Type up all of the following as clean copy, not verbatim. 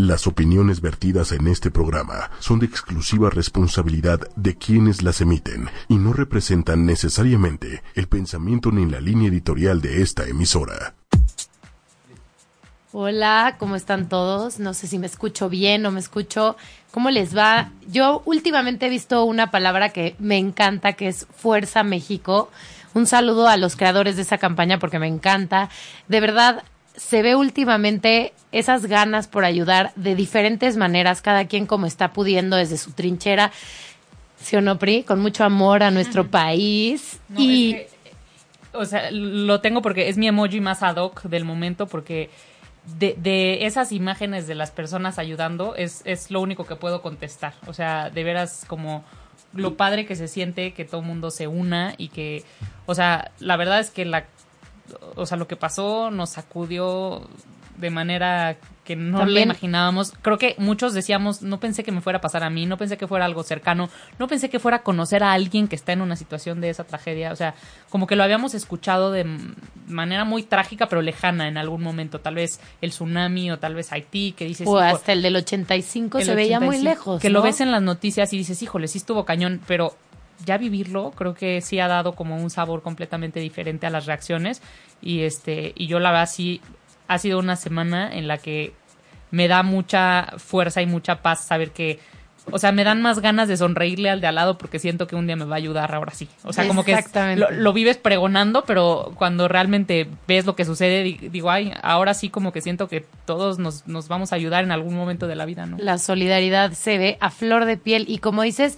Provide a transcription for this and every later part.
Las opiniones vertidas en este programa son de exclusiva responsabilidad de quienes las emiten y no representan necesariamente el pensamiento ni la línea editorial de esta emisora. Hola, ¿cómo están todos? No sé si me escucho bien o me escucho. ¿Cómo les va? Yo últimamente he visto una palabra que me encanta, que es Fuerza México. Un saludo a los creadores de esa campaña porque me encanta. De verdad, se ve últimamente esas ganas por ayudar de diferentes maneras, cada quien como está pudiendo desde su trinchera, ¿sí o no, Pri? Con mucho amor a nuestro país. No, es que, o sea, lo tengo porque es mi emoji más ad hoc del momento, porque de esas imágenes de las personas ayudando es lo único que puedo contestar. O sea, de veras como lo padre que se siente que todo el mundo se una y que, o sea, la verdad es que lo que pasó nos sacudió de manera que no También lo imaginábamos. Creo que muchos decíamos, no pensé que me fuera a pasar a mí, no pensé que fuera algo cercano, no pensé que fuera a conocer a alguien que está en una situación de esa tragedia. O sea, como que lo habíamos escuchado de manera muy trágica, pero lejana en algún momento. Tal vez el tsunami o tal vez Haití, que dices... O hasta el del 85 se veía muy lejos, que ¿no? lo ves en las noticias y dices, híjole, sí estuvo cañón, pero ya vivirlo creo que sí ha dado como un sabor completamente diferente a las reacciones. Y yo la verdad sí ha sido una semana en la que me da mucha fuerza y mucha paz saber que, o sea, me dan más ganas de sonreírle al de al lado porque siento que un día me va a ayudar ahora sí. O sea, como que lo vives pregonando, pero cuando realmente ves lo que sucede, digo, ay, ahora sí como que siento que todos nos vamos a ayudar en algún momento de la vida, ¿no? La solidaridad se ve a flor de piel y como dices,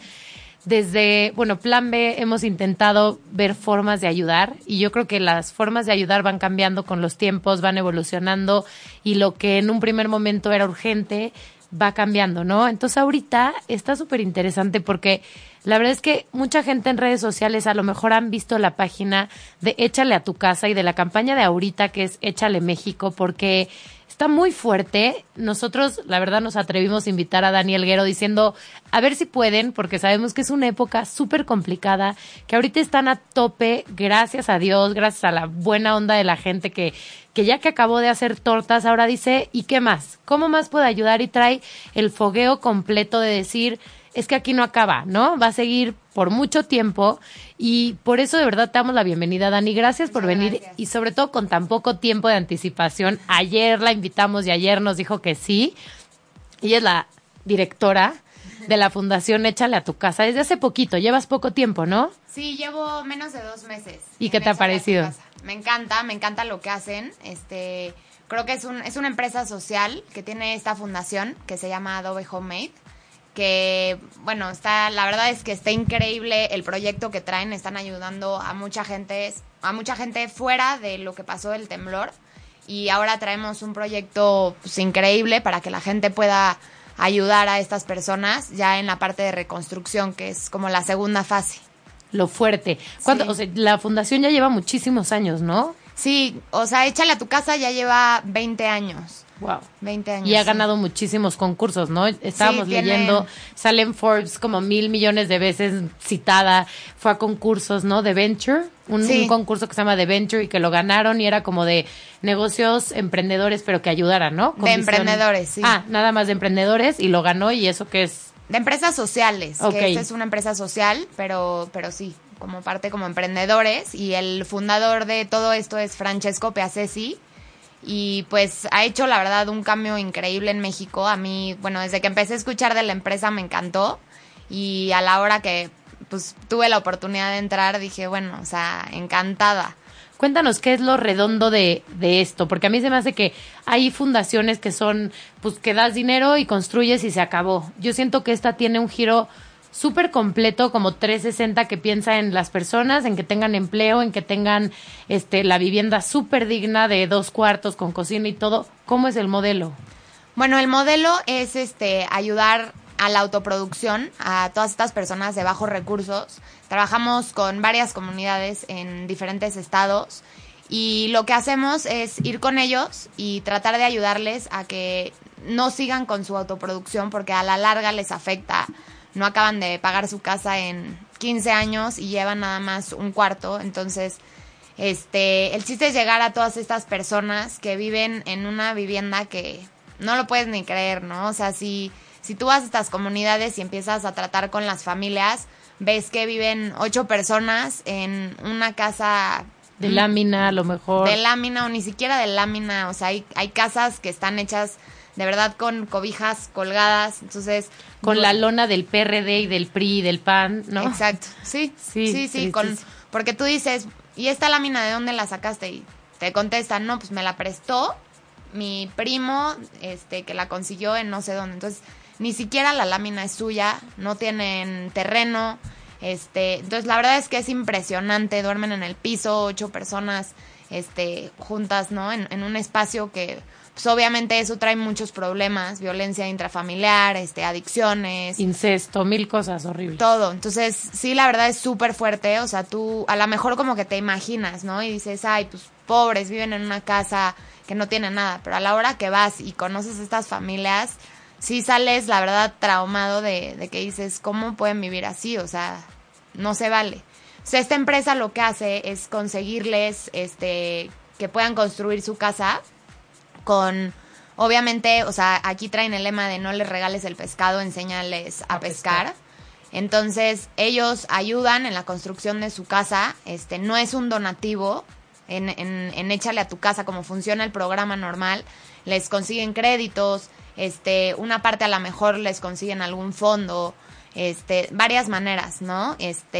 desde, Plan B hemos intentado ver formas de ayudar y yo creo que las formas de ayudar van cambiando con los tiempos, van evolucionando y lo que en un primer momento era urgente va cambiando, ¿no? Entonces ahorita está súper interesante porque la verdad es que mucha gente en redes sociales a lo mejor han visto la página de Échale a tu casa y de la campaña de ahorita que es Échale México porque está muy fuerte. Nosotros, la verdad, nos atrevimos a invitar a Dani Elguero diciendo, a ver si pueden, porque sabemos que es una época súper complicada, que ahorita están a tope, gracias a Dios, gracias a la buena onda de la gente que ya que acabó de hacer tortas, ahora dice, ¿y qué más? ¿Cómo más puedo ayudar? Y trae el fogueo completo de decir, es que aquí no acaba, ¿no? Va a seguir por mucho tiempo y por eso de verdad te damos la bienvenida, Dani. Gracias por venir y sobre todo con tan poco tiempo de anticipación. Ayer la invitamos y ayer nos dijo que sí. Ella es la directora de la Fundación Échale a tu casa. Desde hace poquito, llevas poco tiempo, ¿no? Sí, llevo menos de 2 meses. ¿Y qué te ha parecido? Me encanta lo que hacen. Creo que es una empresa social que tiene esta fundación que se llama Adobe Homemade. Que, la verdad es que está increíble el proyecto que traen, están ayudando a mucha gente fuera de lo que pasó del temblor y ahora traemos un proyecto increíble para que la gente pueda ayudar a estas personas ya en la parte de reconstrucción, que es como la segunda fase. Lo fuerte. ¿Cuánto? Sí. O sea, la fundación ya lleva muchísimos años, ¿no? Sí, o sea, Échale a tu casa ya lleva 20 años. Wow. 20 años. Y ha ganado muchísimos concursos, ¿no? Estábamos leyendo, sale en Forbes como 1,000 millones de veces citada, fue a concursos, ¿no? De Venture, un concurso que se llama The Venture y que lo ganaron y era como de negocios emprendedores, pero que ayudaran, ¿no? De emprendedores, sí. Nada más de emprendedores y lo ganó y eso que es... De empresas sociales, que esta es una empresa social, pero sí, como parte como emprendedores y el fundador de todo esto es Francesco Peacesi. Y pues ha hecho la verdad un cambio increíble en México. A mí, desde que empecé a escuchar de la empresa me encantó y a la hora que pues tuve la oportunidad de entrar dije, encantada. Cuéntanos qué es lo redondo de esto, porque a mí se me hace que hay fundaciones que son, pues que das dinero y construyes y se acabó. Yo siento que esta tiene un giro súper completo, como 360, que piensa en las personas, en que tengan empleo, en que tengan la vivienda súper digna de 2 cuartos con cocina y todo. ¿Cómo es el modelo? Bueno, el modelo es ayudar a la autoproducción a todas estas personas de bajos recursos. Trabajamos con varias comunidades en diferentes estados y lo que hacemos es ir con ellos y tratar de ayudarles a que no sigan con su autoproducción porque a la larga les afecta. No acaban de pagar su casa en 15 años y llevan nada más un cuarto. Entonces, el chiste es llegar a todas estas personas que viven en una vivienda que no lo puedes ni creer, ¿no? O sea, si tú vas a estas comunidades y empiezas a tratar con las familias, ves que viven 8 personas en una casa de lámina, a lo mejor. De lámina o ni siquiera de lámina. O sea, hay casas que están hechas de verdad con cobijas colgadas. Entonces, con la lona del PRD y del PRI y del PAN, ¿no? Exacto. Sí. Porque tú dices, ¿y esta lámina de dónde la sacaste? Y te contestan, no, pues me la prestó mi primo, que la consiguió en no sé dónde. Entonces, ni siquiera la lámina es suya, no tienen terreno. Entonces la verdad es que es impresionante, duermen en el piso 8 personas juntas, ¿no? En un espacio que pues obviamente eso trae muchos problemas, violencia intrafamiliar, adicciones, incesto, 1000 cosas horribles. Todo. Entonces, sí, la verdad es súper fuerte, o sea, tú a lo mejor como que te imaginas, ¿no? Y dices, ay, pues pobres, viven en una casa que no tiene nada, pero a la hora que vas y conoces estas familias, sí sales, la verdad, traumado de que dices, ¿cómo pueden vivir así? O sea, no se vale. O sea, esta empresa lo que hace es conseguirles que puedan construir su casa con, obviamente, o sea, aquí traen el lema de no les regales el pescado, enséñales a pescar. Entonces, ellos ayudan en la construcción de su casa, no es un donativo en échale a tu casa, como funciona el programa normal, les consiguen créditos, una parte a lo mejor les consiguen algún fondo, varias maneras, ¿no?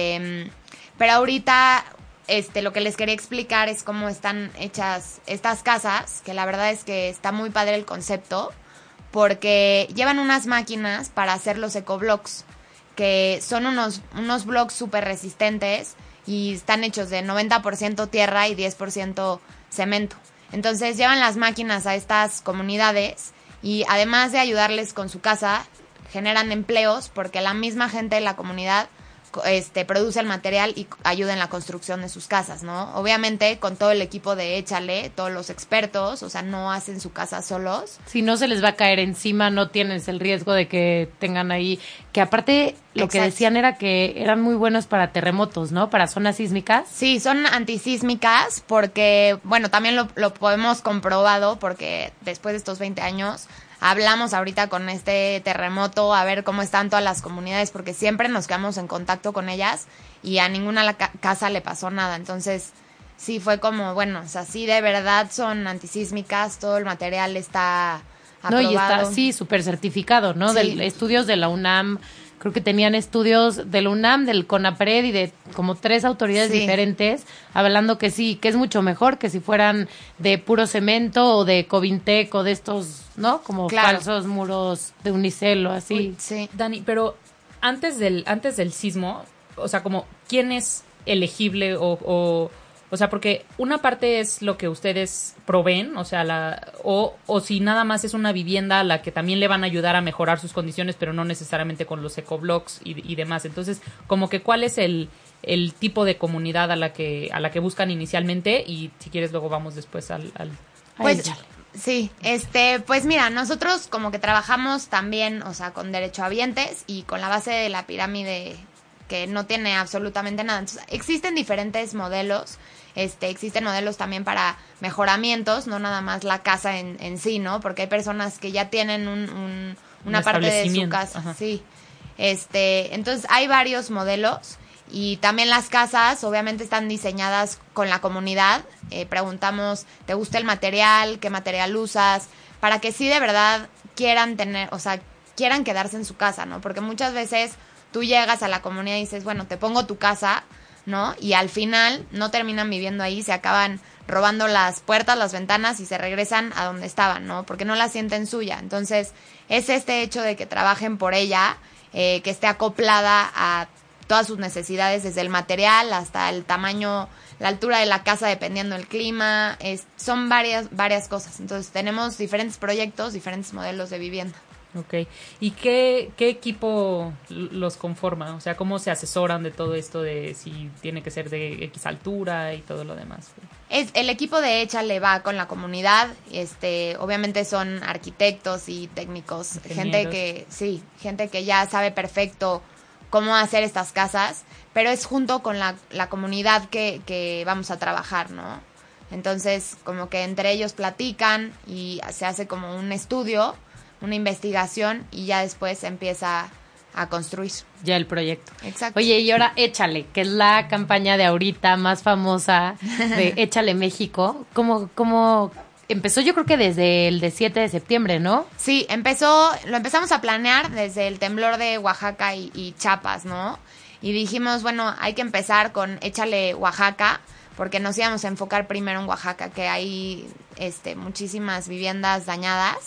Pero ahorita, lo que les quería explicar es cómo están hechas estas casas, que la verdad es que está muy padre el concepto, porque llevan unas máquinas para hacer los ecoblocks, que son unos blocks súper resistentes y están hechos de 90% tierra y 10% cemento. Entonces llevan las máquinas a estas comunidades y además de ayudarles con su casa, generan empleos porque la misma gente de la comunidad produce el material y ayuda en la construcción de sus casas, ¿no? Obviamente con todo el equipo de Échale, todos los expertos, o sea, no hacen su casa solos. Si no se les va a caer encima, no tienes el riesgo de que tengan ahí, que aparte lo que decían era que eran muy buenos para terremotos, ¿no? Para zonas sísmicas. Sí, son antisísmicas porque, bueno, también lo podemos comprobado porque después de estos 20 años hablamos ahorita con este terremoto a ver cómo están todas las comunidades porque siempre nos quedamos en contacto con ellas y a ninguna casa le pasó nada. Entonces, sí fue como, bueno, o sea, sí de verdad son antisísmicas, todo el material está aprobado. No, y está, sí, súper certificado, ¿no? Sí. Estudios de la UNAM, creo que tenían estudios de la UNAM, del CONAPRED y de como 3 autoridades diferentes, hablando que sí, que es mucho mejor que si fueran de puro cemento o de Covintec o de estos, ¿no? Como falsos muros de unicel o así. Uy, sí. Dani, pero antes del sismo, o sea, como, ¿quién es elegible o sea, porque una parte es lo que ustedes proveen, o sea, o si nada más es una vivienda a la que también le van a ayudar a mejorar sus condiciones, pero no necesariamente con los ecoblocks y demás. Entonces, como que cuál es el tipo de comunidad a la que buscan inicialmente y si quieres luego vamos después al pues sí, pues mira, nosotros como que trabajamos también, o sea, con derechohabientes y con la base de la pirámide que no tiene absolutamente nada. Entonces, existen diferentes modelos. Existen modelos también para mejoramientos, no nada más la casa en sí, ¿no? Porque hay personas que ya tienen una parte de su casa. Ajá. Sí. Entonces hay varios modelos y también las casas obviamente están diseñadas con la comunidad. Preguntamos, ¿te gusta el material? ¿Qué material usas? Para que sí de verdad quieran tener, o sea, quieran quedarse en su casa, ¿no? Porque muchas veces tú llegas a la comunidad y dices, bueno, te pongo tu casa, ¿no? Y al final no terminan viviendo ahí, se acaban robando las puertas, las ventanas y se regresan a donde estaban, ¿no? Porque no la sienten suya. Entonces, es este hecho de que trabajen por ella, que esté acoplada a todas sus necesidades, desde el material hasta el tamaño, la altura de la casa dependiendo del clima, son varias cosas. Entonces, tenemos diferentes proyectos, diferentes modelos de vivienda. Ok. ¿Y qué equipo los conforma? O sea, ¿cómo se asesoran de todo esto de si tiene que ser de X altura y todo lo demás? El equipo de Échale va con la comunidad, obviamente son arquitectos y técnicos, gente que ya sabe perfecto cómo hacer estas casas, pero es junto con la comunidad que vamos a trabajar, ¿no? Entonces, como que entre ellos platican y se hace como un estudio, una investigación y ya después se empieza a construir. Ya el proyecto. Exacto. Oye, y ahora Échale, que es la campaña de ahorita más famosa de Échale México. ¿Cómo empezó? Yo creo que desde el de 7 de septiembre, ¿no? Sí, lo empezamos a planear desde el temblor de Oaxaca y Chiapas, ¿no? Y dijimos, bueno, hay que empezar con Échale Oaxaca, porque nos íbamos a enfocar primero en Oaxaca, que hay muchísimas viviendas dañadas.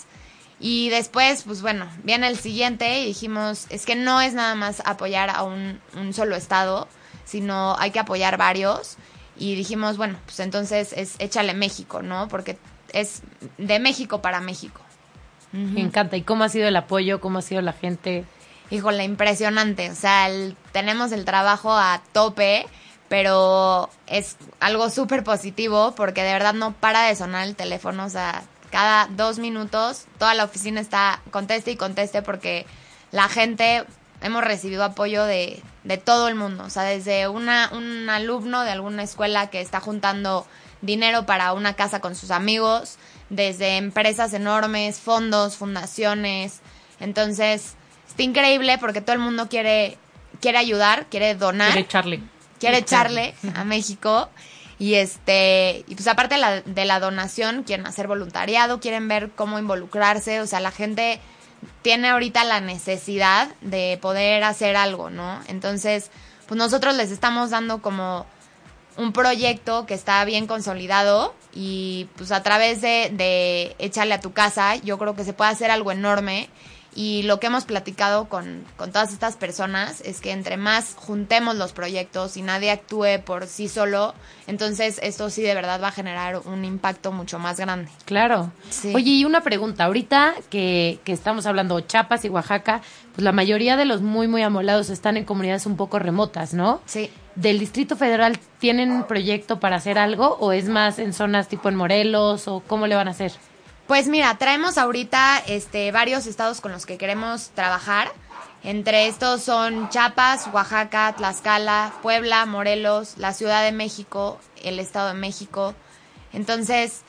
Y después, pues bueno, viene el siguiente y dijimos, es que no es nada más apoyar a un solo estado, sino hay que apoyar varios. Y dijimos, bueno, pues entonces es Échale México, ¿no? Porque es de México para México. Me encanta. ¿Y cómo ha sido el apoyo? ¿Cómo ha sido la gente? Híjole, impresionante. O sea, tenemos el trabajo a tope, pero es algo súper positivo porque de verdad no para de sonar el teléfono. O sea, cada 2 minutos toda la oficina está conteste y conteste porque la gente, hemos recibido apoyo de todo el mundo. O sea, desde un alumno de alguna escuela que está juntando dinero para una casa con sus amigos, desde empresas enormes, fondos, fundaciones. Entonces, está increíble porque todo el mundo quiere ayudar, quiere donar. Quiere echarle a México. Y pues aparte de la donación, quieren hacer voluntariado, quieren ver cómo involucrarse. O sea, la gente tiene ahorita la necesidad de poder hacer algo, ¿no? Entonces, pues nosotros les estamos dando como un proyecto que está bien consolidado y pues a través de Échale a tu casa, yo creo que se puede hacer algo enorme. Y lo que hemos platicado con todas estas personas es que entre más juntemos los proyectos y nadie actúe por sí solo, entonces esto sí de verdad va a generar un impacto mucho más grande. Claro. Sí. Oye, y una pregunta. Ahorita que estamos hablando Chiapas y Oaxaca, pues la mayoría de los muy, muy amolados están en comunidades un poco remotas, ¿no? Sí. ¿Del Distrito Federal tienen un proyecto para hacer algo o es más en zonas tipo en Morelos o cómo le van a hacer? Pues mira, traemos ahorita varios estados con los que queremos trabajar. Entre estos son Chiapas, Oaxaca, Tlaxcala, Puebla, Morelos, la Ciudad de México, el Estado de México. Entonces,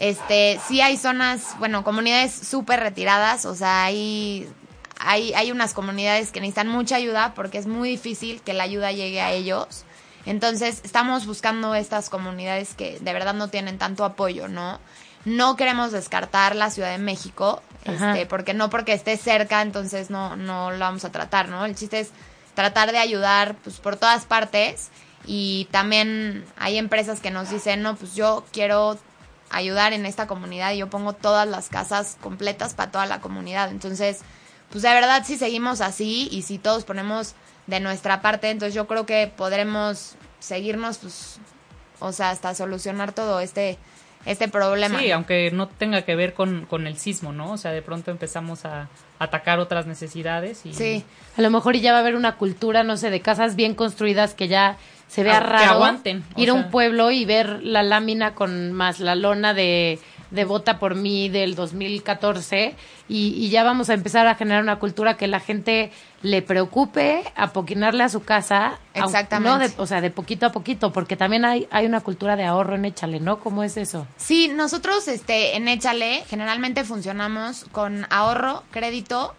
sí hay zonas, bueno, comunidades súper retiradas. O sea, hay unas comunidades que necesitan mucha ayuda porque es muy difícil que la ayuda llegue a ellos. Entonces, estamos buscando estas comunidades que de verdad no tienen tanto apoyo, ¿no? No queremos descartar la Ciudad de México, porque esté cerca, entonces no lo vamos a tratar, ¿no? El chiste es tratar de ayudar pues por todas partes y también hay empresas que nos dicen, no, pues yo quiero ayudar en esta comunidad y yo pongo todas las casas completas para toda la comunidad. Entonces, pues de verdad si seguimos así y si todos ponemos de nuestra parte, entonces yo creo que podremos seguirnos, pues, o sea, hasta solucionar todo este problema. Sí, aunque no tenga que ver con el sismo, ¿no? O sea, de pronto empezamos a atacar otras necesidades y... Sí, a lo mejor ya va a haber una cultura, no sé, de casas bien construidas que ya se vea raro. Que aguanten. Ir a un pueblo y ver la lámina con más la lona de Vota por Mí del 2014 y ya vamos a empezar a generar una cultura que la gente le preocupe apoquinarle a su casa. Exactamente. ¿No? De poquito a poquito, porque también hay una cultura de ahorro en Échale, ¿no? ¿Cómo es eso? Sí, nosotros en Échale generalmente funcionamos con ahorro, crédito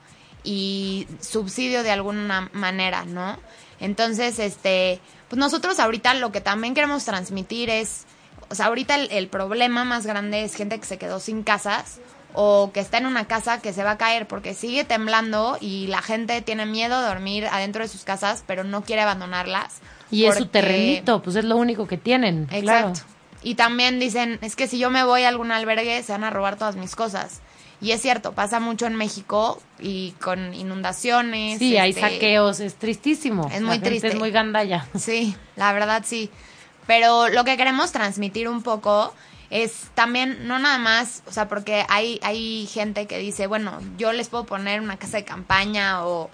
y subsidio de alguna manera, ¿no? Entonces, pues nosotros ahorita lo que también queremos transmitir es, o sea, ahorita el problema más grande es gente que se quedó sin casas o que está en una casa que se va a caer porque sigue temblando y la gente tiene miedo de dormir adentro de sus casas, pero no quiere abandonarlas. Y es su terrenito, pues es lo único que tienen. Exacto. Claro. Y también dicen, es que si yo me voy a algún albergue se van a robar todas mis cosas. Y es cierto, pasa mucho en México y con inundaciones. Sí, hay saqueos, es tristísimo. Es muy triste. Es muy gandalla. Sí, la verdad sí. Pero lo que queremos transmitir un poco es también, no nada más, o sea, porque hay gente que dice, bueno, yo les puedo poner una casa de campaña o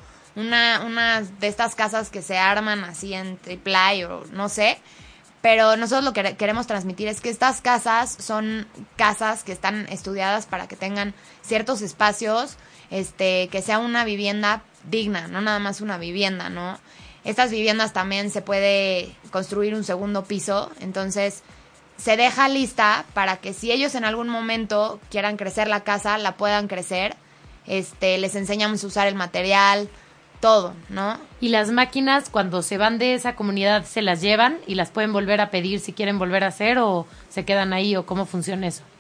una de estas casas que se arman así en triple o no sé. Pero nosotros lo que queremos transmitir es que estas casas son casas que están estudiadas para que tengan ciertos espacios, que sea una vivienda digna, no nada más una vivienda, ¿no? Estas viviendas también se puede construir un segundo piso, entonces se deja lista para que si ellos en algún momento quieran crecer la casa, la puedan crecer. Les enseñamos a usar el material, todo, ¿no? Y las máquinas, cuando se van de esa comunidad, ¿se las llevan y las pueden volver a pedir si quieren volver a hacer o se quedan ahí o cómo funciona eso?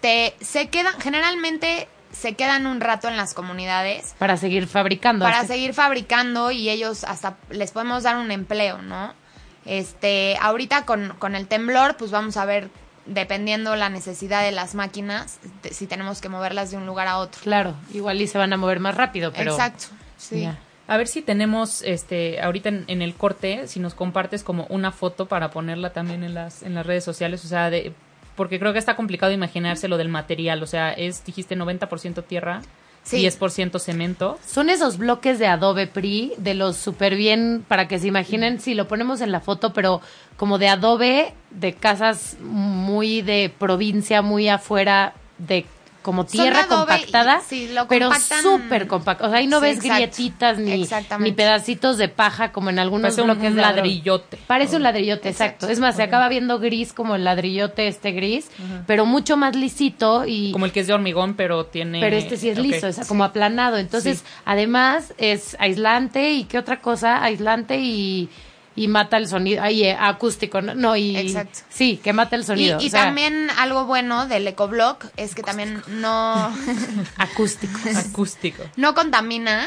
Generalmente se quedan un rato en las comunidades. Para seguir fabricando. Seguir fabricando y ellos hasta les podemos dar un empleo, ¿no? Ahorita con el temblor, pues vamos a ver, dependiendo la necesidad de las máquinas, si tenemos que moverlas de un lugar a otro. Claro, igual y se van a mover más rápido, pero... Exacto, sí. Ya. A ver si tenemos, ahorita en el corte, si nos compartes como una foto para ponerla también en las redes sociales, o sea, porque creo que está complicado imaginarse lo del material, o sea, dijiste 90% tierra, sí. 10% cemento. Son esos bloques de adobe PRI, de los súper bien, para que se imaginen, si lo ponemos en la foto, pero como de adobe, de casas muy de provincia, muy afuera, de como tierra compactada, pero súper compacta. O sea, ahí no ves grietitas ni pedacitos de paja como en algunos bloques un de ladrillote. Parece un ladrillote, exacto. Es más, se acaba viendo gris como el ladrillote gris, pero mucho más lisito y... Como el que es de hormigón, pero tiene... Pero sí es liso, o sea, como aplanado. Entonces, además, es aislante y ¿qué otra cosa? Aislante y mata el sonido, acústico, ¿no? Exacto. Sí, que mata el sonido. Y también algo bueno del ecoblock es que también no... Acústico. No contamina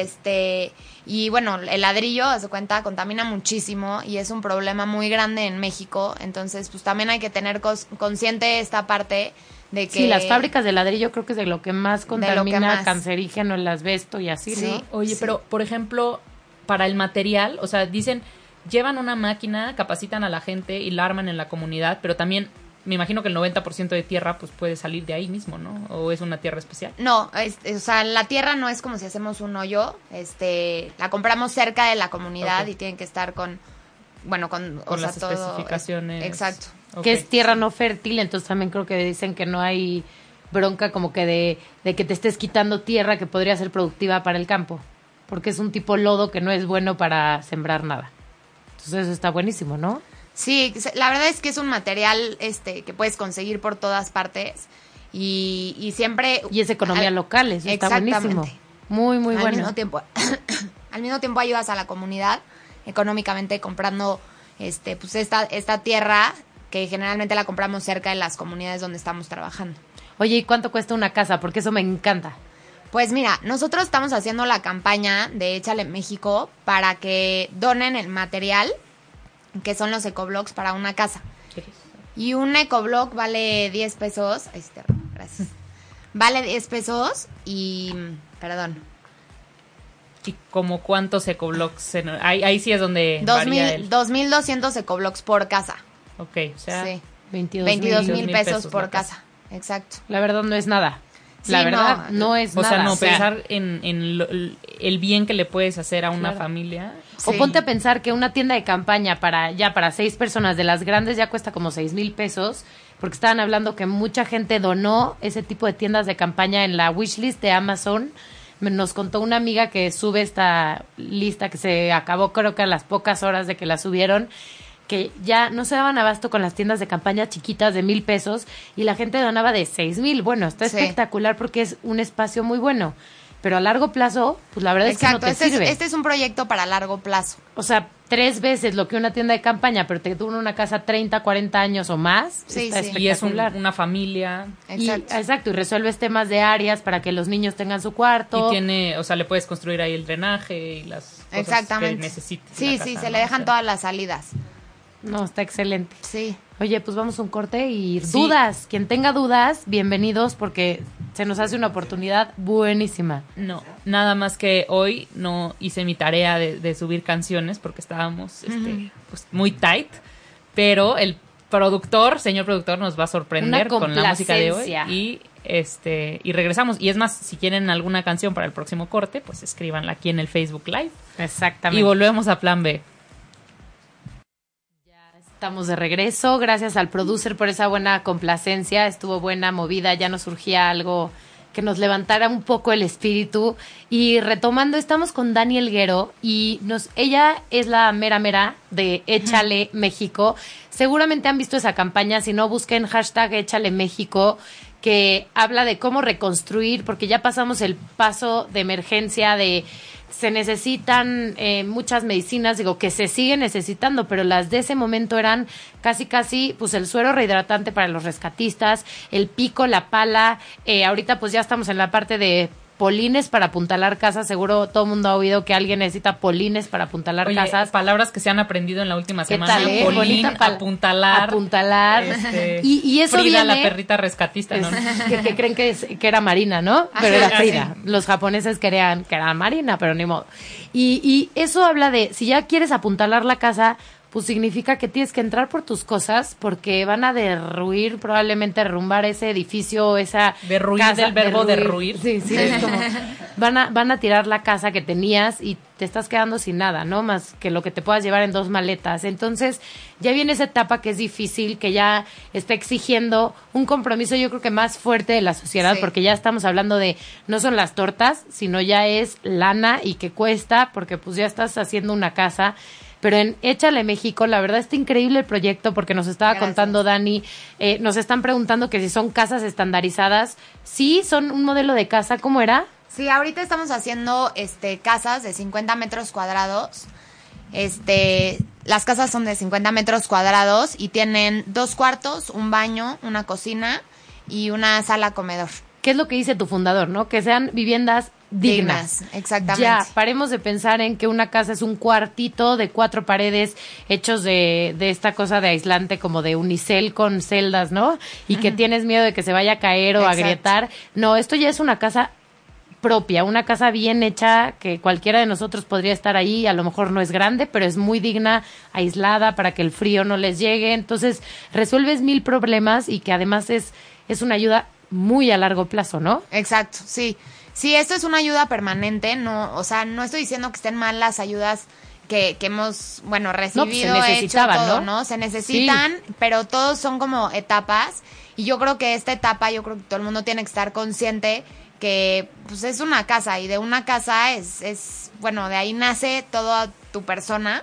y bueno, el ladrillo, haz de cuenta, contamina muchísimo y es un problema muy grande en México. Entonces, pues también hay que tener consciente esta parte de que... Sí, las fábricas de ladrillo creo que es de lo que más contamina, cancerígeno, el asbesto y así, ¿no? Oye, pero, por ejemplo, para el material, o sea, dicen... Llevan una máquina, capacitan a la gente y la arman en la comunidad, pero también me imagino que el 90% de tierra pues puede salir de ahí mismo, ¿no? ¿O es una tierra especial? No, o sea, la tierra no es como si hacemos un hoyo, la compramos cerca de la comunidad y tienen que estar con las especificaciones. Exacto. Okay. Que es tierra no fértil, entonces también creo que dicen que no hay bronca como que de que te estés quitando tierra que podría ser productiva para el campo, porque es un tipo lodo que no es bueno para sembrar nada. Entonces eso está buenísimo, ¿no? Sí, la verdad es que es un material que puedes conseguir por todas partes y siempre... Y es economía local, eso está buenísimo. Muy, muy bueno. Al mismo tiempo ayudas a la comunidad económicamente comprando pues esta tierra que generalmente la compramos cerca de las comunidades donde estamos trabajando. Oye, ¿y cuánto cuesta una casa? Porque eso me encanta. Pues mira, nosotros estamos haciendo la campaña de Échale México para que donen el material, que son los ecoblocks para una casa. Y un ecoblock vale 10 pesos. Ay, gracias. Vale 10 pesos y... Perdón. ¿Y como cuántos ecoblocks? Ahí sí es donde varía 2,200 ecoblocks por casa. Ok, o sea... Sí. 22,000 pesos por casa. Exacto. La verdad no es nada. Sí, la verdad no es nada. O sea, pensar en el bien que le puedes hacer a una familia. Sí. O ponte a pensar que una tienda de campaña para 6 personas de las grandes ya cuesta como 6,000 pesos, porque estaban hablando que mucha gente donó ese tipo de tiendas de campaña en la wishlist de Amazon. Nos contó una amiga que sube esta lista que se acabó creo que a las pocas horas de que la subieron, que ya no se daban abasto con las tiendas de campaña chiquitas de 1,000 pesos y la gente donaba de 6,000. Bueno, está espectacular porque es un espacio muy bueno, pero a largo plazo, pues la verdad es que no te sirve. Este es un proyecto para largo plazo. O sea, 3 veces lo que una tienda de campaña, pero te dura una casa 30, 40 años o más. Sí, está espectacular. Y es una familia. Exacto, y resuelves temas de áreas para que los niños tengan su cuarto. Y le puedes construir ahí el drenaje y las cosas que necesites. Sí, se le dejan todas las salidas. No, está excelente. Sí. Oye, pues vamos a un corte y dudas. Quien tenga dudas, bienvenidos porque se nos hace una oportunidad buenísima. No, nada más que hoy no hice mi tarea de subir canciones porque estábamos pues, muy tight, pero el señor productor nos va a sorprender con la música de hoy y regresamos. Y es más, si quieren alguna canción para el próximo corte, pues escríbanla aquí en el Facebook Live. Exactamente. Y volvemos a Plan B. Estamos de regreso, gracias al producer por esa buena complacencia, estuvo buena movida, ya nos surgía algo que nos levantara un poco el espíritu. Y retomando, estamos con Dani Helguero y ella es la mera de Échale México. seguramente han visto esa campaña, si no busquen hashtag Échale México, que habla de cómo reconstruir, porque ya pasamos el paso de emergencia de se necesitan muchas medicinas, digo, que se siguen necesitando, pero las de ese momento eran casi, pues el suero rehidratante para los rescatistas, el pico, la pala, ahorita pues ya estamos en la parte de polines para apuntalar casas, seguro todo el mundo ha oído que alguien necesita polines para apuntalar casas. Palabras que se han aprendido en la última semana. ¿Qué tal, Polín, apuntalar. Y eso Frida, viene, la perrita rescatista, ¿no? que creen que era Marina, ¿no? Pero era Frida. Los japoneses creían que era Marina, pero ni modo. Y eso habla de, si ya quieres apuntalar la casa, pues significa que tienes que entrar por tus cosas porque van a derruir, probablemente derrumbar ese edificio, esa derruir casa. Del verbo derruir. Sí, es como van a tirar la casa que tenías y te estás quedando sin nada, ¿no? Más que lo que te puedas llevar en 2 maletas. Entonces, ya viene esa etapa que es difícil, que ya está exigiendo un compromiso, yo creo que más fuerte de la sociedad, porque ya estamos hablando de, no son las tortas, sino ya es lana y que cuesta, porque pues ya estás haciendo una casa. Pero en Échale México, la verdad está increíble el proyecto porque nos estaba contando Dani, nos están preguntando que si son casas estandarizadas. Sí, son un modelo de casa, ¿cómo era? Sí, ahorita estamos haciendo casas de 50 metros cuadrados. Las casas son de 50 metros cuadrados y tienen 2 cuartos, un baño, una cocina y una sala comedor. ¿Qué es lo que dice tu fundador, no? Que sean viviendas dignas. Exactamente. Ya, paremos de pensar en que una casa es un cuartito de 4 paredes hechos de esta cosa de aislante como de unicel con celdas, ¿no? Y que tienes miedo de que se vaya a caer o agrietar. No, esto ya es una casa propia, una casa bien hecha que cualquiera de nosotros podría estar ahí, a lo mejor no es grande, pero es muy digna, aislada para que el frío no les llegue. Entonces, resuelves 1000 problemas y que además es una ayuda muy a largo plazo, ¿no? Exacto, sí. Sí, esto es una ayuda permanente, no, o sea, no estoy diciendo que estén mal las ayudas que hemos, bueno, recibido, no, pues se necesitaban, hecho todo, ¿no? Se necesitan, pero todos son como etapas y yo creo que esta etapa, yo creo que todo el mundo tiene que estar consciente que pues es una casa y de una casa es bueno, de ahí nace toda tu persona.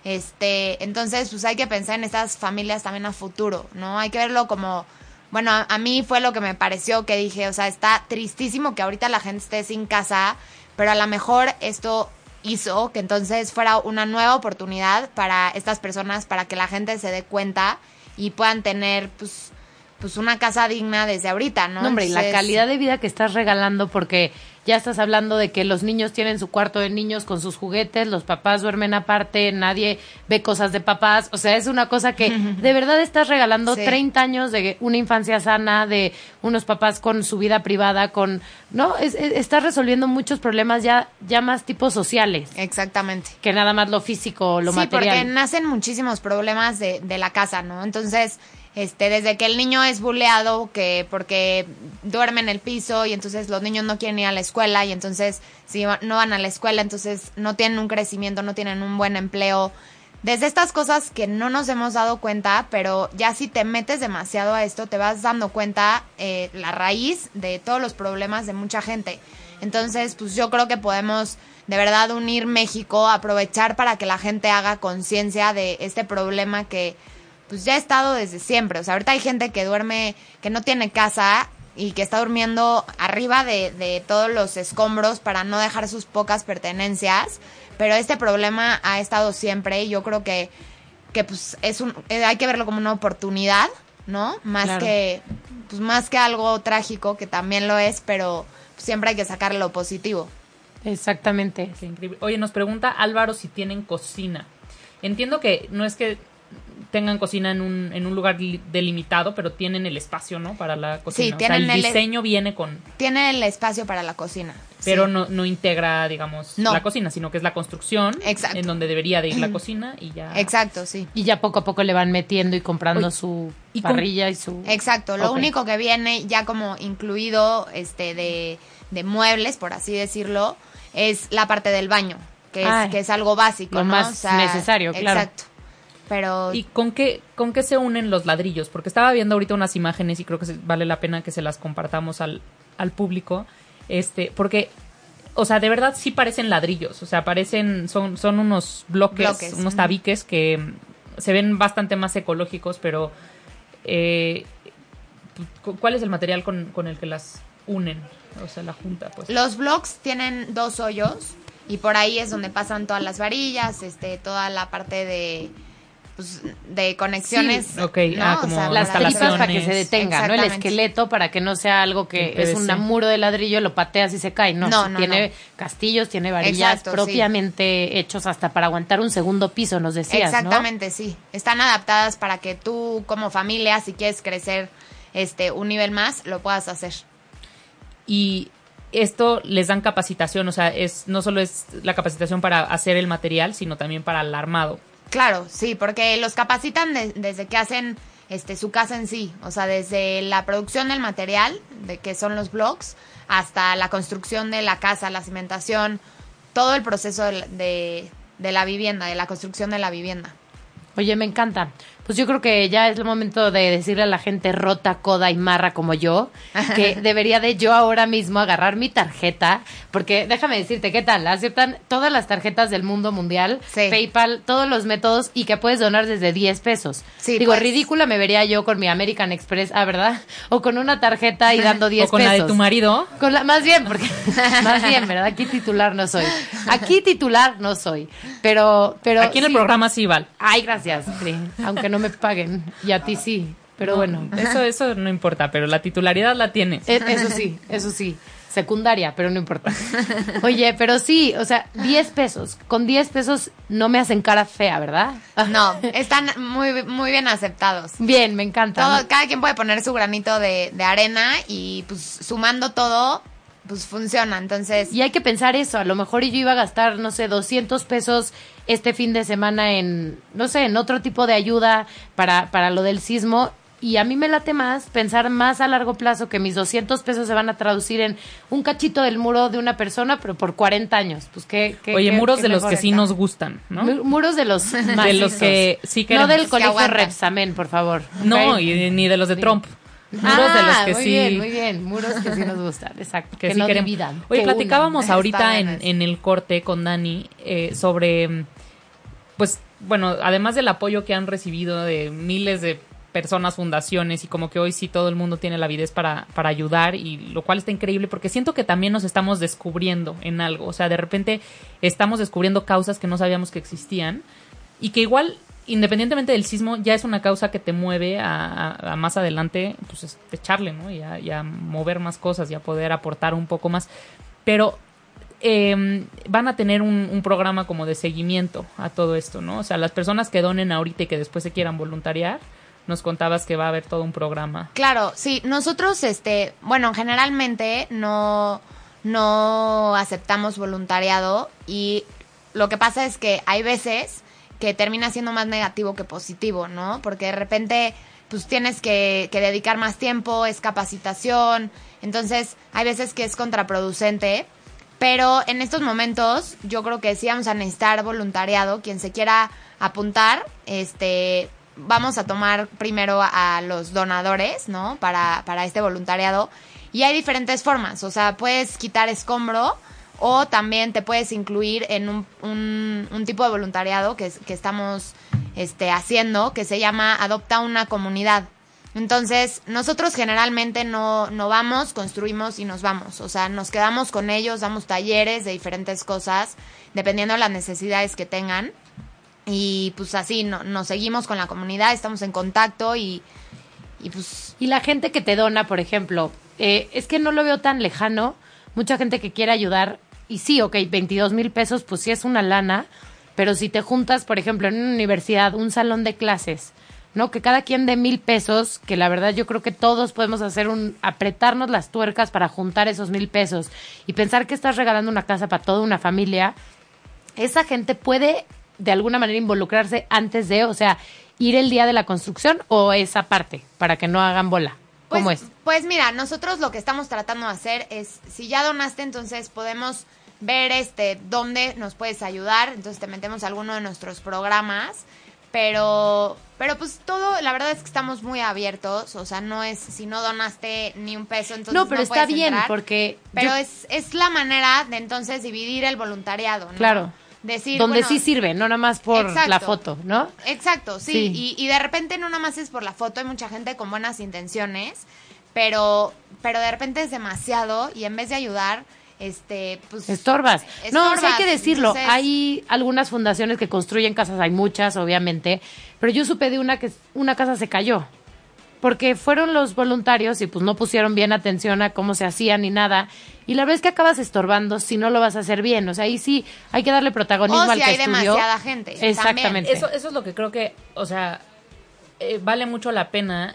Entonces, pues hay que pensar en estas familias también a futuro, ¿no? Hay que verlo como, bueno, a mí fue lo que me pareció que dije, o sea, está tristísimo que ahorita la gente esté sin casa, pero a lo mejor esto hizo que entonces fuera una nueva oportunidad para estas personas, para que la gente se dé cuenta y puedan tener, pues una casa digna desde ahorita, ¿no? No, hombre, entonces, y la calidad de vida que estás regalando, porque ya estás hablando de que los niños tienen su cuarto de niños con sus juguetes, los papás duermen aparte, nadie ve cosas de papás, o sea, es una cosa que de verdad estás regalando 30 años de una infancia sana, de unos papás con su vida privada, ¿no? Estás resolviendo muchos problemas ya más tipos sociales. Exactamente. Que nada más lo físico, lo material. Sí, porque nacen muchísimos problemas de la casa, ¿no? Entonces, desde que el niño es buleado, que porque duerme en el piso y entonces los niños no quieren ir a la escuela y entonces si no van a la escuela, entonces no tienen un crecimiento, no tienen un buen empleo. Desde estas cosas que no nos hemos dado cuenta, pero ya si te metes demasiado a esto, te vas dando cuenta la raíz de todos los problemas de mucha gente. Entonces, pues yo creo que podemos de verdad unir México, aprovechar para que la gente haga conciencia de este problema que pues ya ha estado desde siempre. O sea, ahorita hay gente que duerme, que no tiene casa y que está durmiendo arriba de todos los escombros para no dejar sus pocas pertenencias, pero este problema ha estado siempre y yo creo que pues hay que verlo como una oportunidad, ¿no? Más que algo trágico, que también lo es, pero siempre hay que sacar lo positivo. Exactamente. Qué increíble. Oye, nos pregunta Álvaro si tienen cocina. Entiendo que no es que tengan cocina en un lugar delimitado, pero tienen el espacio, ¿no? Para la cocina. Sí, tienen el diseño viene con... Tienen el espacio para la cocina. Pero sí. no integra, digamos, la cocina, sino que es la construcción. Exacto. En donde debería de ir la cocina y ya... Exacto, sí. Y ya poco a poco le van metiendo y comprando su parrilla y su... Exacto. Lo único que viene ya como incluido de muebles, por así decirlo, es la parte del baño, que es algo básico, lo ¿no? más necesario, claro. Exacto. Pero... ¿Y con qué se unen los ladrillos? Porque estaba viendo ahorita unas imágenes y creo que vale la pena que se las compartamos al público. Porque, o sea, de verdad sí parecen ladrillos. O sea, son unos bloques, unos tabiques que, se ven bastante más ecológicos, pero ¿cuál es el material con el que las unen? O sea, la junta, pues. Los blocks tienen 2 hoyos y por ahí es donde pasan todas las varillas, toda la parte de conexiones. Sí, ok, ¿no? como o sea, las tripas para que se instalaciones. detenga, ¿no? El esqueleto para que no sea algo que El es PVC. un muro de ladrillo, lo pateas y se cae. No, No, sí, no, tiene no. castillos, tiene varillas Exacto, propiamente hechos hasta para aguantar un segundo piso, nos decías, Exactamente, sí. Están adaptadas para que tú como familia, si quieres crecer un nivel más, lo puedas hacer. Y esto les dan capacitación, o sea, no solo es la capacitación para hacer el material, sino también para el armado. Claro, sí, porque los capacitan desde que hacen su casa en sí, o sea, desde la producción del material, de que son los blocks, hasta la construcción de la casa, la cimentación, todo el proceso de la vivienda, de la construcción de la vivienda. Oye, me encanta. Pues yo creo que ya es el momento de decirle a la gente rota, coda y marra como yo, que debería de yo ahora mismo agarrar mi tarjeta, porque déjame decirte, ¿qué tal? Aceptan todas las tarjetas del mundo mundial, Sí. PayPal, todos los métodos, y que puedes donar desde 10 pesos. Sí, Digo, pues. ridícula me vería yo con mi American Express, ¿verdad? O con una tarjeta y dando 10 O con pesos. la de tu marido. Más bien, porque más bien, ¿verdad? Aquí titular no soy. Aquí titular no soy. Pero Aquí en el sí. programa sí, Val. Ay, gracias, Pri, aunque no me paguen. Y a ti sí, pero bueno. Eso no importa, pero la titularidad la tienes. Eso sí. Secundaria, pero no importa. Oye, pero sí, o sea, 10 pesos. Con 10 pesos no me hacen cara fea, ¿verdad? No, están muy, muy bien aceptados. Bien, me encanta. Cada quien puede poner su granito de arena y pues sumando todo, pues funciona. Entonces, Y hay que pensar eso, a lo mejor yo iba a gastar, no sé, 200 pesos este fin de semana en, no sé, en otro tipo de ayuda para lo del sismo, y a mí me late más pensar más a largo plazo que mis 200 pesos se van a traducir en un cachito del muro de una persona, pero por 40 años. Pues Oye, muros de los mejor que sí está. nos gustan, ¿no? Muros de los De los macizos. que sí No queremos. del Que colegio aguantan. Repsamen, por favor. No, ¿ok? y ni de los de Trump. Muros de los que muy sí. bien, muy bien. Muros que sí nos gustan, exacto. Que sí no queremos. dividan. Oye, que platicábamos Está ahorita bien en el corte con Dani sobre, pues, bueno, además del apoyo que han recibido de miles de personas, fundaciones, y como que hoy sí todo el mundo tiene la avidez para ayudar, y lo cual está increíble porque siento que también nos estamos descubriendo en algo. O sea, de repente estamos descubriendo causas que no sabíamos que existían y que igual, independientemente del sismo, ya es una causa que te mueve a más adelante, pues echarle, ¿no? Y a mover más cosas y a poder aportar un poco más. Pero van a tener un programa como de seguimiento a todo esto, ¿no? O sea, las personas que donen ahorita y que después se quieran voluntariar, nos contabas que va a haber todo un programa. claro, sí, nosotros, bueno, generalmente no aceptamos voluntariado, y lo que pasa es que hay veces que termina siendo más negativo que positivo, ¿no? Porque de repente, pues tienes que dedicar más tiempo, es capacitación, entonces hay veces que es contraproducente, pero en estos momentos yo creo que sí vamos a necesitar voluntariado. Quien se quiera apuntar, vamos a tomar primero a los donadores, ¿no? Para este voluntariado. Y hay diferentes formas, o sea, puedes quitar escombro o también te puedes incluir en un tipo de voluntariado que estamos haciendo, que se llama Adopta una Comunidad. Entonces, nosotros generalmente no vamos, construimos y nos vamos. O sea, nos quedamos con ellos, damos talleres de diferentes cosas, dependiendo de las necesidades que tengan. Y pues así nos seguimos con la comunidad, estamos en contacto y pues... Y la gente que te dona, por ejemplo, es que no lo veo tan lejano. Mucha gente que quiere ayudar, y sí, ok, 22,000 pesos, pues sí es una lana, pero si te juntas, por ejemplo, en una universidad, un salón de clases, ¿no? Que cada quien dé 1,000 pesos, que la verdad yo creo que todos podemos hacer apretarnos las tuercas para juntar esos 1,000 pesos y pensar que estás regalando una casa para toda una familia. Esa gente puede de alguna manera involucrarse antes de, o sea, ir el día de la construcción, o esa parte, para que no hagan bola. ¿Cómo es? Pues mira, nosotros lo que estamos tratando de hacer es, si ya donaste, entonces podemos ver dónde nos puedes ayudar, entonces te metemos a alguno de nuestros programas, pero pues todo, la verdad es que estamos muy abiertos, o sea, no es, si no donaste ni un peso, entonces no, pero está puedes bien, entrar, porque... pero es la manera de entonces dividir el voluntariado, ¿no? Claro. decir... Donde bueno, sí sirve, no nada más por exacto. la foto, ¿no? Exacto, sí. Sí. Y de repente no nada más es por la foto, hay mucha gente con buenas intenciones, pero de repente es demasiado y en vez de ayudar, pues... Estorbas. No, sí hay que decirlo. Entonces, Hay algunas fundaciones que construyen casas, hay muchas, obviamente, pero yo supe de una que una casa se cayó. Porque fueron los voluntarios y pues no pusieron bien atención a cómo se hacía ni nada. Y la verdad es que acabas estorbando si no lo vas a hacer bien. O sea, ahí sí hay que darle protagonismo o al si que hay estudió. demasiada gente. Exactamente. Eso es lo que creo que, o sea, vale mucho la pena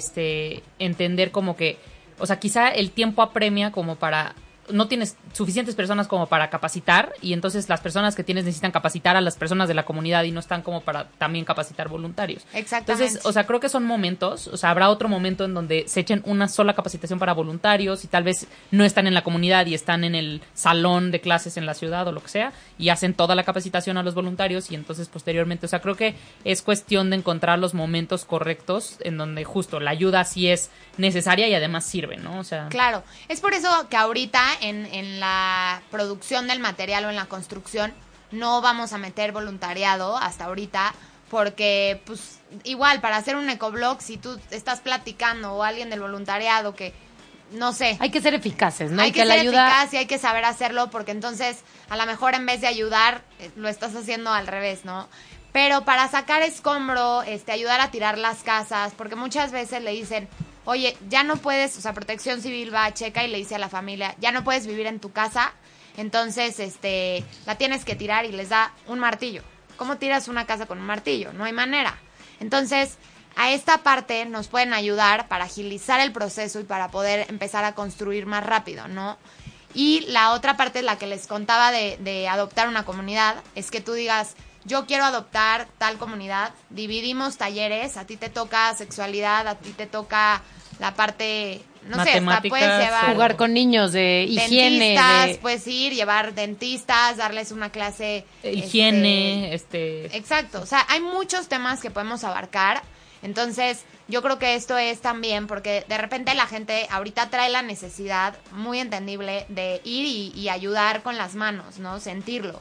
entender como que, o sea, quizá el tiempo apremia como para... No tienes suficientes personas como para capacitar y entonces las personas que tienes necesitan capacitar a las personas de la comunidad y no están como para también capacitar voluntarios. Exactamente. Entonces, o sea, creo que son momentos, o sea, habrá otro momento en donde se echen una sola capacitación para voluntarios y tal vez no están en la comunidad y están en el salón de clases en la ciudad o lo que sea y hacen toda la capacitación a los voluntarios y entonces posteriormente, o sea, creo que es cuestión de encontrar los momentos correctos en donde justo la ayuda sí es necesaria y además sirve, ¿no? O sea, Claro, es por eso que ahorita en la producción del material o en la construcción no vamos a meter voluntariado hasta ahorita porque pues igual para hacer un ecoblog si tú estás platicando o alguien del voluntariado que no sé. Hay que ser eficaces, ¿no? Hay Y que la ser ayuda... eficaz y hay que saber hacerlo porque entonces a lo mejor en vez de ayudar lo estás haciendo al revés, ¿no? Pero para sacar escombro, ayudar a tirar las casas, porque muchas veces le dicen, oye, ya no puedes, o sea, Protección Civil va, checa y le dice a la familia, ya no puedes vivir en tu casa, entonces la tienes que tirar y les da un martillo. ¿Cómo tiras una casa con un martillo? No hay manera. Entonces, a esta parte nos pueden ayudar para agilizar el proceso y para poder empezar a construir más rápido, ¿no? Y la otra parte, la que les contaba de adoptar una comunidad, es que tú digas, yo quiero adoptar tal comunidad, dividimos talleres, a ti te toca sexualidad, a ti te toca la parte, no sé, hasta Matemáticas, puedes llevar... Jugar con niños de higiene. dentistas, puedes ir, llevar dentistas, darles una clase... higiene, Exacto, o sea, hay muchos temas que podemos abarcar, entonces yo creo que esto es también porque de repente la gente ahorita trae la necesidad muy entendible de ir y ayudar con las manos, ¿no? Sentirlo.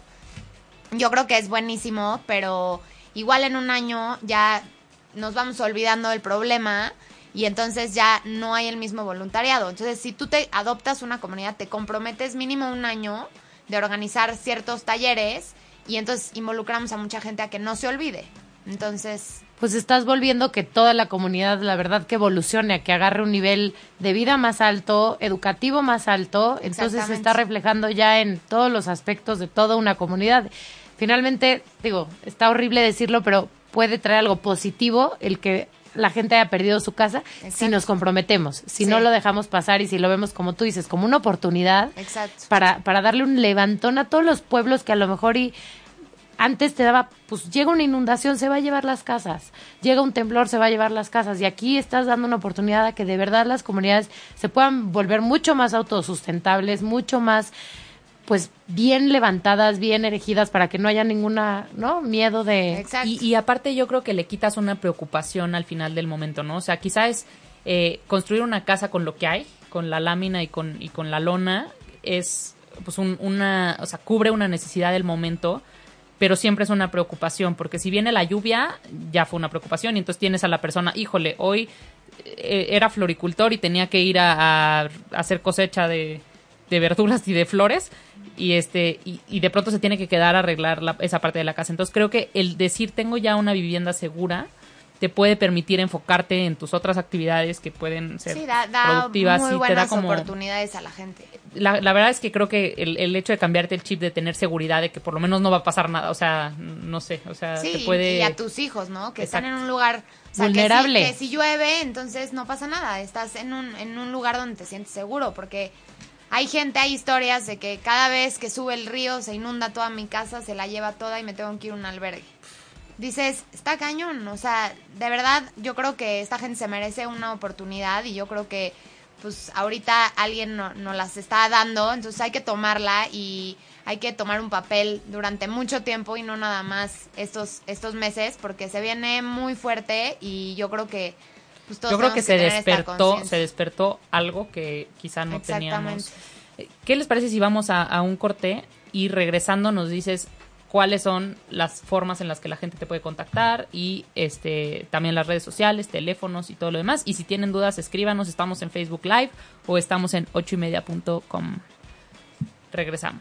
Yo creo que es buenísimo, pero igual en un año ya nos vamos olvidando del problema y entonces ya no hay el mismo voluntariado. Entonces, si tú te adoptas una comunidad, te comprometes mínimo un año de organizar ciertos talleres y entonces involucramos a mucha gente a que no se olvide. Entonces... Pues estás volviendo que toda la comunidad, la verdad, que evolucione, a que agarre un nivel de vida más alto, educativo más alto, entonces se está reflejando ya en todos los aspectos de toda una comunidad. Finalmente, digo, está horrible decirlo, pero puede traer algo positivo el que la gente haya perdido su casa. Exacto. Si nos comprometemos, si no lo dejamos pasar y si lo vemos, como tú dices, como una oportunidad. Exacto. Para darle un levantón a todos los pueblos que a lo mejor antes te daba, pues llega una inundación, se va a llevar las casas, llega un temblor, se va a llevar las casas, y aquí estás dando una oportunidad a que de verdad las comunidades se puedan volver mucho más autosustentables, mucho más, pues, bien levantadas, bien erigidas, para que no haya ninguna, ¿no? Miedo de... Exacto. Y aparte yo creo que le quitas una preocupación al final del momento, ¿no? O sea, quizás construir una casa con lo que hay, con la lámina y con la lona, es, pues, o sea, cubre una necesidad del momento, pero siempre es una preocupación, porque si viene la lluvia, ya fue una preocupación, y entonces tienes a la persona, híjole, hoy era floricultor y tenía que ir a hacer cosecha de verduras y de flores, y de pronto se tiene que quedar a arreglar esa parte de la casa. Entonces creo que el decir tengo ya una vivienda segura te puede permitir enfocarte en tus otras actividades que pueden ser productivas muy y buenas te da como oportunidades a la gente. La verdad es que creo que el hecho de cambiarte el chip, de tener seguridad de que por lo menos no va a pasar nada, o sea, no sé, o sea, sí, te puede... y a tus hijos, ¿no? Que Exacto. están en un lugar, o sea, vulnerable. Que si llueve, entonces no pasa nada, estás en un lugar donde te sientes seguro, porque hay historias de que cada vez que sube el río se inunda toda mi casa, se la lleva toda y me tengo que ir a un albergue. Dices, está cañón, o sea, de verdad yo creo que esta gente se merece una oportunidad y yo creo que pues ahorita alguien nos las está dando, entonces hay que tomarla y hay que tomar un papel durante mucho tiempo y no nada más estos meses, porque se viene muy fuerte y yo creo que pues todos yo creo que se despertó algo que quizá no teníamos. Exactamente. ¿Qué les parece si vamos a un corte y regresando nos dices cuáles son las formas en las que la gente te puede contactar y también las redes sociales, teléfonos y todo lo demás. Y si tienen dudas, escríbanos. Estamos en Facebook Live o estamos en 8ymedia.com. Regresamos.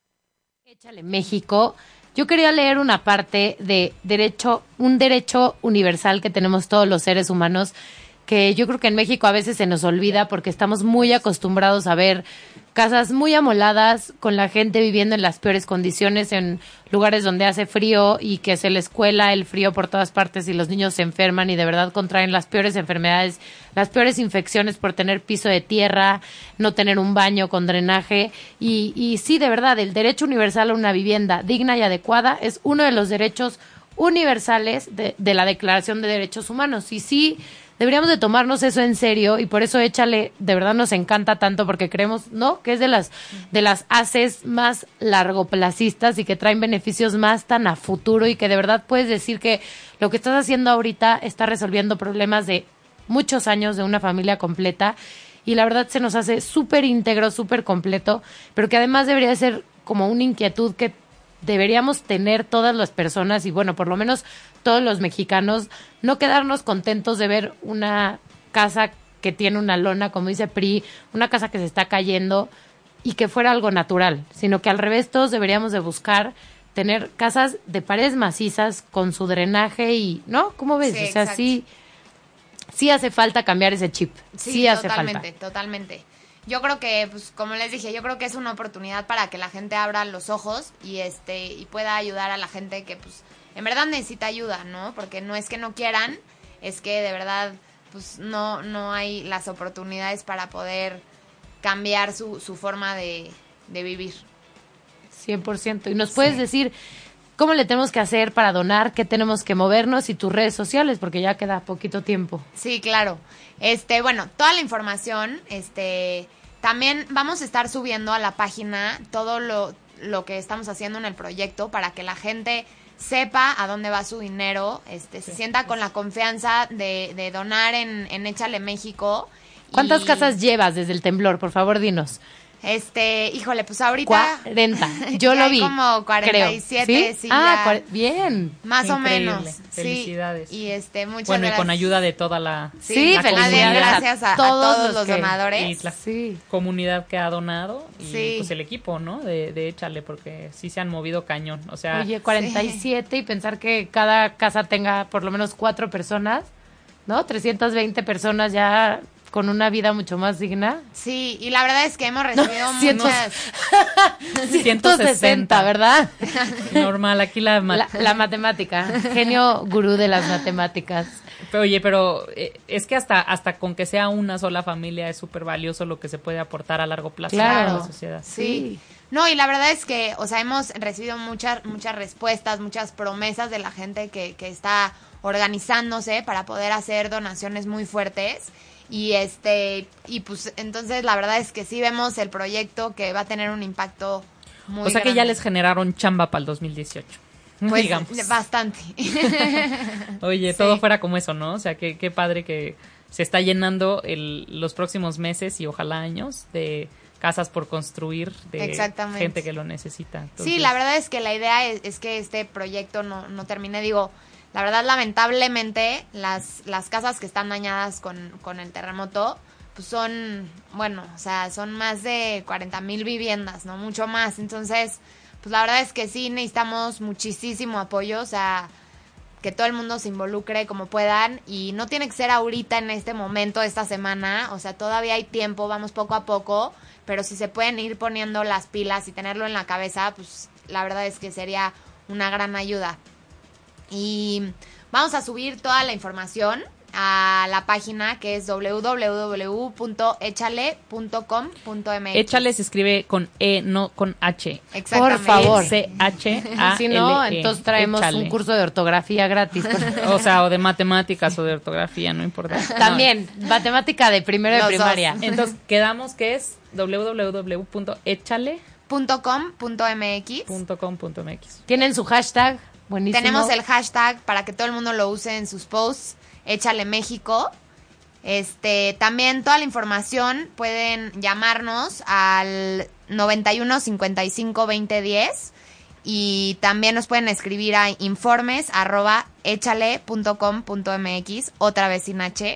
Échale México. Yo quería leer una parte de un derecho universal que tenemos todos los seres humanos, que yo creo que en México a veces se nos olvida porque estamos muy acostumbrados a ver casas muy amoladas con la gente viviendo en las peores condiciones, en lugares donde hace frío y que se les cuela el frío por todas partes y los niños se enferman y de verdad contraen las peores enfermedades, las peores infecciones por tener piso de tierra, no tener un baño con drenaje y sí, de verdad, el derecho universal a una vivienda digna y adecuada es uno de los derechos universales de la Declaración de Derechos Humanos y sí, deberíamos de tomarnos eso en serio y por eso Échale, de verdad nos encanta tanto porque creemos, ¿no? Que es de las ACES más largoplacistas y que traen beneficios más tan a futuro y que de verdad puedes decir que lo que estás haciendo ahorita está resolviendo problemas de muchos años de una familia completa y la verdad se nos hace súper íntegro, súper completo, pero que además debería ser como una inquietud que deberíamos tener todas las personas y bueno, por lo menos todos los mexicanos, no quedarnos contentos de ver una casa que tiene una lona, como dice PRI, una casa que se está cayendo y que fuera algo natural, sino que al revés todos deberíamos de buscar tener casas de paredes macizas con su drenaje y, ¿no? ¿Cómo ves? Sí, o sea, exacto. sí hace falta cambiar ese chip. Sí hace totalmente, falta. totalmente. Yo creo que, pues, como les dije, yo creo que es una oportunidad para que la gente abra los ojos y y pueda ayudar a la gente que, pues, en verdad necesita ayuda, ¿no? Porque no es que no quieran, es que de verdad, pues, no hay las oportunidades para poder cambiar su forma de vivir. 100%. Y nos puedes decir cómo le tenemos que hacer para donar, qué tenemos que movernos y tus redes sociales, porque ya queda poquito tiempo. Sí, claro. Bueno, toda la información, también vamos a estar subiendo a la página todo lo que estamos haciendo en el proyecto para que la gente sepa a dónde va su dinero, se sienta con la confianza de donar en Échale México. ¿Cuántas casas llevas desde el temblor? Por favor, dinos. Híjole, pues ahorita 40. Yo ya lo vi. hay como 47, creo. sí, Ah, ya. Bien. Más Increíble. o menos. Felicidades. Sí, y muchas Bueno, gracias. y con ayuda de toda la Sí, la felicidades comunidad. Gracias a todos los Y donadores. la Sí. comunidad que ha donado y Sí. pues el equipo, ¿no? De Échale, porque sí se han movido cañón. O sea, Oye, 47 y pensar que cada casa tenga por lo menos 4 personas, ¿no? 320 personas ya con una vida mucho más digna. Sí, y la verdad es que hemos recibido cientos. muchas... 160, ¿verdad? normal, aquí la La matemática. Genio gurú de las matemáticas. Oye, pero es que hasta con que sea una sola familia es súper valioso lo que se puede aportar a largo plazo Claro. a la sociedad. Sí. No, y la verdad es que, o sea, hemos recibido muchas respuestas, muchas promesas de la gente que está organizándose para poder hacer donaciones muy fuertes. Y y pues entonces la verdad es que sí vemos el proyecto que va a tener un impacto muy O sea que ya grande. les generaron chamba para el 2018. Pues, digamos. bastante. Oye, Sí. todo fuera como eso, ¿no? O sea, qué padre que se está llenando los próximos meses y ojalá años de casas por construir de Exactamente. gente que lo necesita. Entonces, Sí, la verdad es que la idea es que este proyecto no termine. Digo, la verdad, lamentablemente, las casas que están dañadas con el terremoto, pues son, bueno, o sea, son más de 40,000 viviendas, ¿no? Mucho más. Entonces, pues la verdad es que sí necesitamos muchísimo apoyo, o sea, que todo el mundo se involucre como puedan y no tiene que ser ahorita en este momento, esta semana, o sea, todavía hay tiempo, vamos poco a poco, pero si se pueden ir poniendo las pilas y tenerlo en la cabeza, pues la verdad es que sería una gran ayuda. Y vamos a subir toda la información a la página que es www.echale.com.mx. Échale se escribe con E, no con H. Exactamente. Por favor. C-H-A-L-E. Si no, entonces traemos Échale. un curso de ortografía gratis. O sea, o de matemáticas o de ortografía, no importa. También, matemática de primero de Los primaria. dos. Entonces, quedamos que es www.echale.com.mx. Tienen su hashtag, buenísimo. Tenemos el hashtag para que todo el mundo lo use en sus posts, Échale México. También toda la información pueden llamarnos al 91 55 20 10 Y también nos pueden escribir a informes@echale.com.mx, otra vez sin H.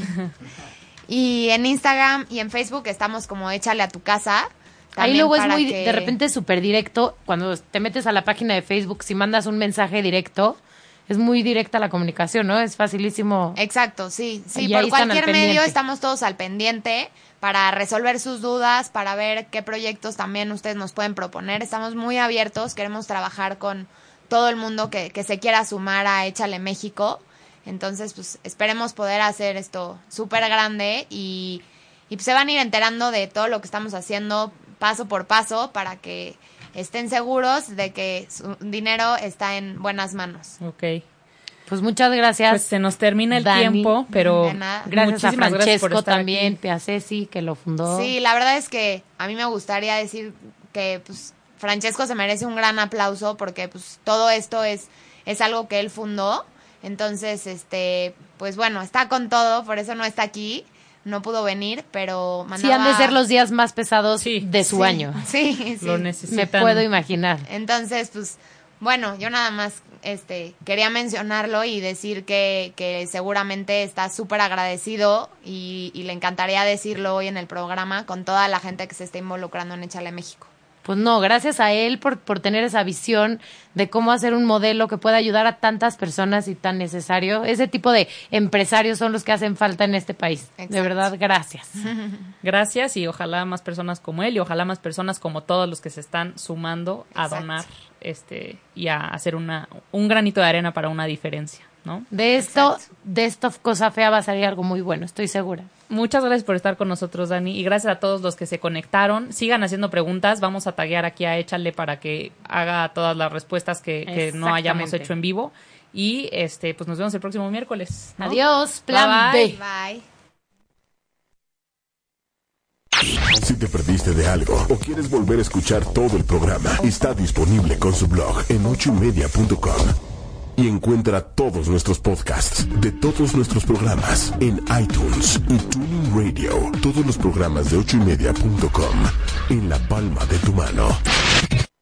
Y en Instagram y en Facebook estamos como Échale a tu casa. Ahí luego es muy, que... de repente súper directo. Cuando te metes a la página de Facebook, si mandas un mensaje directo, es muy directa la comunicación, ¿no? Es facilísimo. Exacto, sí. Y Por ahí están cualquier al medio pendiente. estamos todos al pendiente para resolver sus dudas, para ver qué proyectos también ustedes nos pueden proponer. Estamos muy abiertos, queremos trabajar con todo el mundo que se quiera sumar a Échale México. Entonces, pues esperemos poder hacer esto súper grande y pues se van a ir enterando de todo lo que estamos haciendo paso por paso para que estén seguros de que su dinero está en buenas manos. Ok. Pues muchas gracias. Pues se nos termina el Dani. tiempo, pero De nada. Gracias a muchísimas gracias Francesco por estar también, aquí. Piacesi, que lo fundó. Sí, la verdad es que a mí me gustaría decir que pues Francesco se merece un gran aplauso porque pues todo esto es algo que él fundó. Entonces, pues bueno, está con todo, por eso no está aquí, no pudo venir, pero Sí, han de ser los días más pesados Sí. de su año. Sí, sí. Lo Me necesitan. puedo imaginar. Entonces, pues, bueno, yo nada más quería mencionarlo y decir que seguramente está súper agradecido y le encantaría decirlo hoy en el programa con toda la gente que se está involucrando en Échale México. Pues no, gracias a él por tener esa visión de cómo hacer un modelo que pueda ayudar a tantas personas y tan necesario. Ese tipo de empresarios son los que hacen falta en este país. Exacto. De verdad, gracias. Gracias y ojalá más personas como él y ojalá más personas como todos los que se están sumando a Exacto. donar y a hacer un granito de arena para una diferencia, ¿no? De esto Exacto. cosa fea va a salir algo muy bueno, estoy segura. Muchas gracias por estar con nosotros, Dani, y gracias a todos los que se conectaron. Sigan haciendo preguntas, vamos a taguear aquí a Échale para que haga todas las respuestas que no hayamos Exactamente. hecho en vivo. Y pues nos vemos el próximo miércoles, ¿no? Adiós, plan Bye, B. Bye. Si te perdiste de algo o quieres volver a escuchar todo el programa, está disponible con su blog en 8ymedia.com. Y encuentra todos nuestros podcasts de todos nuestros programas en iTunes y Tuning Radio. Todos los programas de 8ymedia.com en la palma de tu mano.